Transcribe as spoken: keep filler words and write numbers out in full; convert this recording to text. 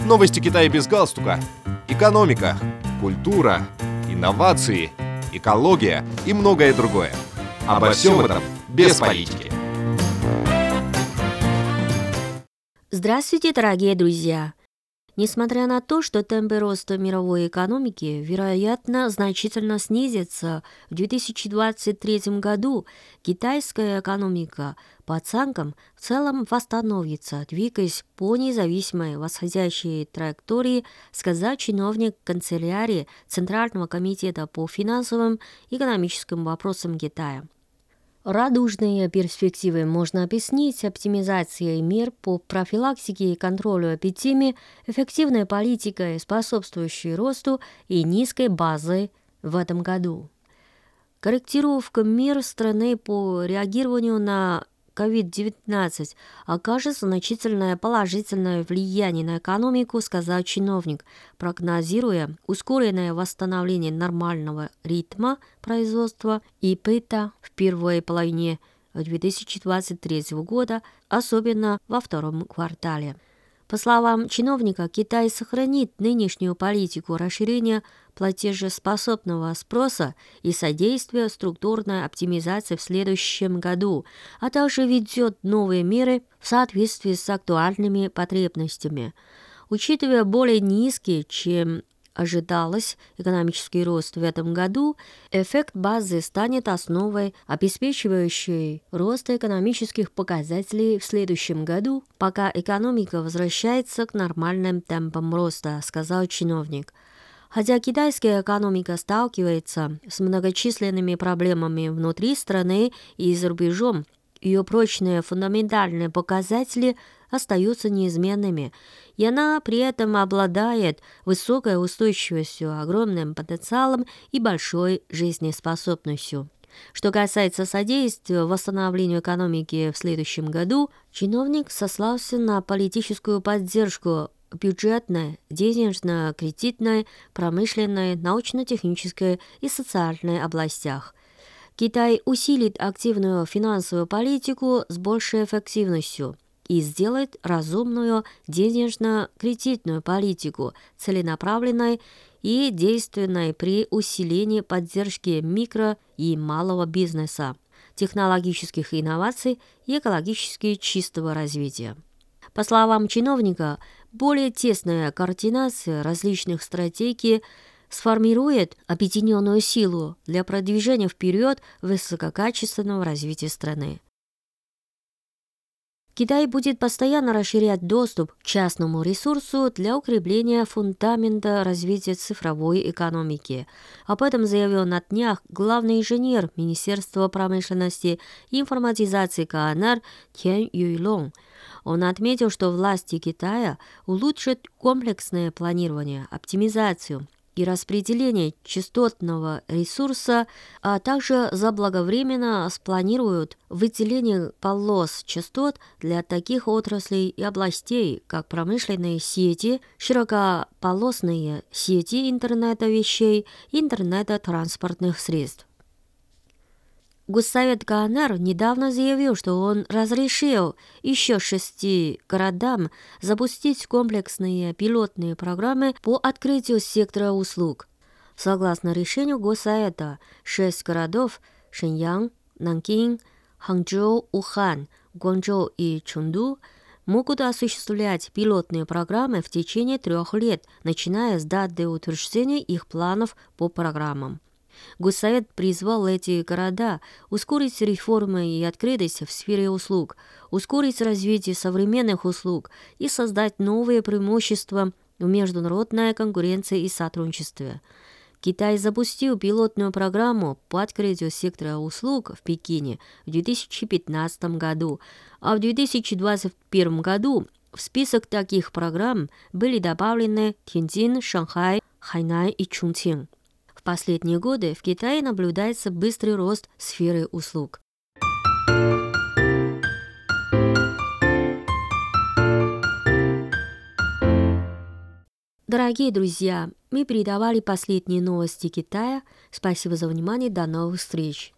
Новости Китая без галстука. Экономика, культура, инновации, экология и многое другое. Обо всем этом без политики. Здравствуйте, дорогие друзья! Несмотря на то, что темпы роста мировой экономики, вероятно, значительно снизятся, в две тысячи двадцать третьем году китайская экономика, по оценкам, в целом восстановится, двигаясь по независимой восходящей траектории, сказал чиновник канцелярии Центрального комитета по финансовым и экономическим вопросам Китая. Радужные перспективы можно объяснить оптимизацией мер по профилактике и контролю эпидемии, эффективной политикой, способствующей росту и низкой базой в этом году. Корректировка мер страны по реагированию на ковид девятнадцать окажет значительное положительное влияние на экономику, сказал чиновник, прогнозируя ускоренное восстановление нормального ритма производства и быта в первой половине две тысячи двадцать третьего года, особенно во втором квартале. По словам чиновника, Китай сохранит нынешнюю политику расширения платежеспособного спроса и содействия структурной оптимизации в следующем году, а также ведет новые меры в соответствии с актуальными потребностями. Учитывая более низкий, чем ожидалось, экономический рост в этом году, эффект базы станет основой, обеспечивающей рост экономических показателей в следующем году, пока экономика возвращается к нормальным темпам роста, сказал чиновник. Хотя китайская экономика сталкивается с многочисленными проблемами внутри страны и за рубежом, ее прочные фундаментальные показатели остаются неизменными, и она при этом обладает высокой устойчивостью, огромным потенциалом и большой жизнеспособностью. Что касается содействия восстановлению экономики в следующем году, чиновник сослался на политическую поддержку бюджетной, денежно-кредитной, промышленной, научно-технической и социальной областях. Китай усилит активную финансовую политику с большей эффективностью и сделает разумную денежно-кредитную политику целенаправленной и действенной при усилении поддержки микро- и малого бизнеса, технологических инноваций и экологически чистого развития. По словам чиновника, более тесная координация различных стратегий сформирует объединенную силу для продвижения вперед высококачественного развития страны. Китай будет постоянно расширять доступ к частному ресурсу для укрепления фундамента развития цифровой экономики. Об этом заявил на днях главный инженер Министерства промышленности и информатизации КНР Тян Юйлong. Он отметил, что власти Китая улучшат комплексное планирование, оптимизацию и распределение частотного ресурса, а также заблаговременно спланируют выделение полос частот для таких отраслей и областей, как промышленные сети, широкополосные сети интернета вещей, интернета транспортных средств. Госсовет КНР недавно заявил, что он разрешил еще шести городам запустить комплексные пилотные программы по открытию сектора услуг. Согласно решению Госсовета, шесть городов – Шэньян, Нанкин, Ханчжоу, Ухан, Гуанчжоу и Чунду – могут осуществлять пилотные программы в течение трех лет, начиная с даты утверждения их планов по программам. Госсовет призвал эти города ускорить реформы и открытость в сфере услуг, ускорить развитие современных услуг и создать новые преимущества в международной конкуренции и сотрудничестве. Китай запустил пилотную программу по открытию сектора услуг в Пекине в две тысячи пятнадцатом году, а в две тысячи двадцать первом году в список таких программ были добавлены Тяньцзин, Шанхай, Хайнань и Чунцин. В последние годы в Китае наблюдается быстрый рост сферы услуг. Дорогие друзья, мы передавали последние новости Китая. Спасибо за внимание. До новых встреч.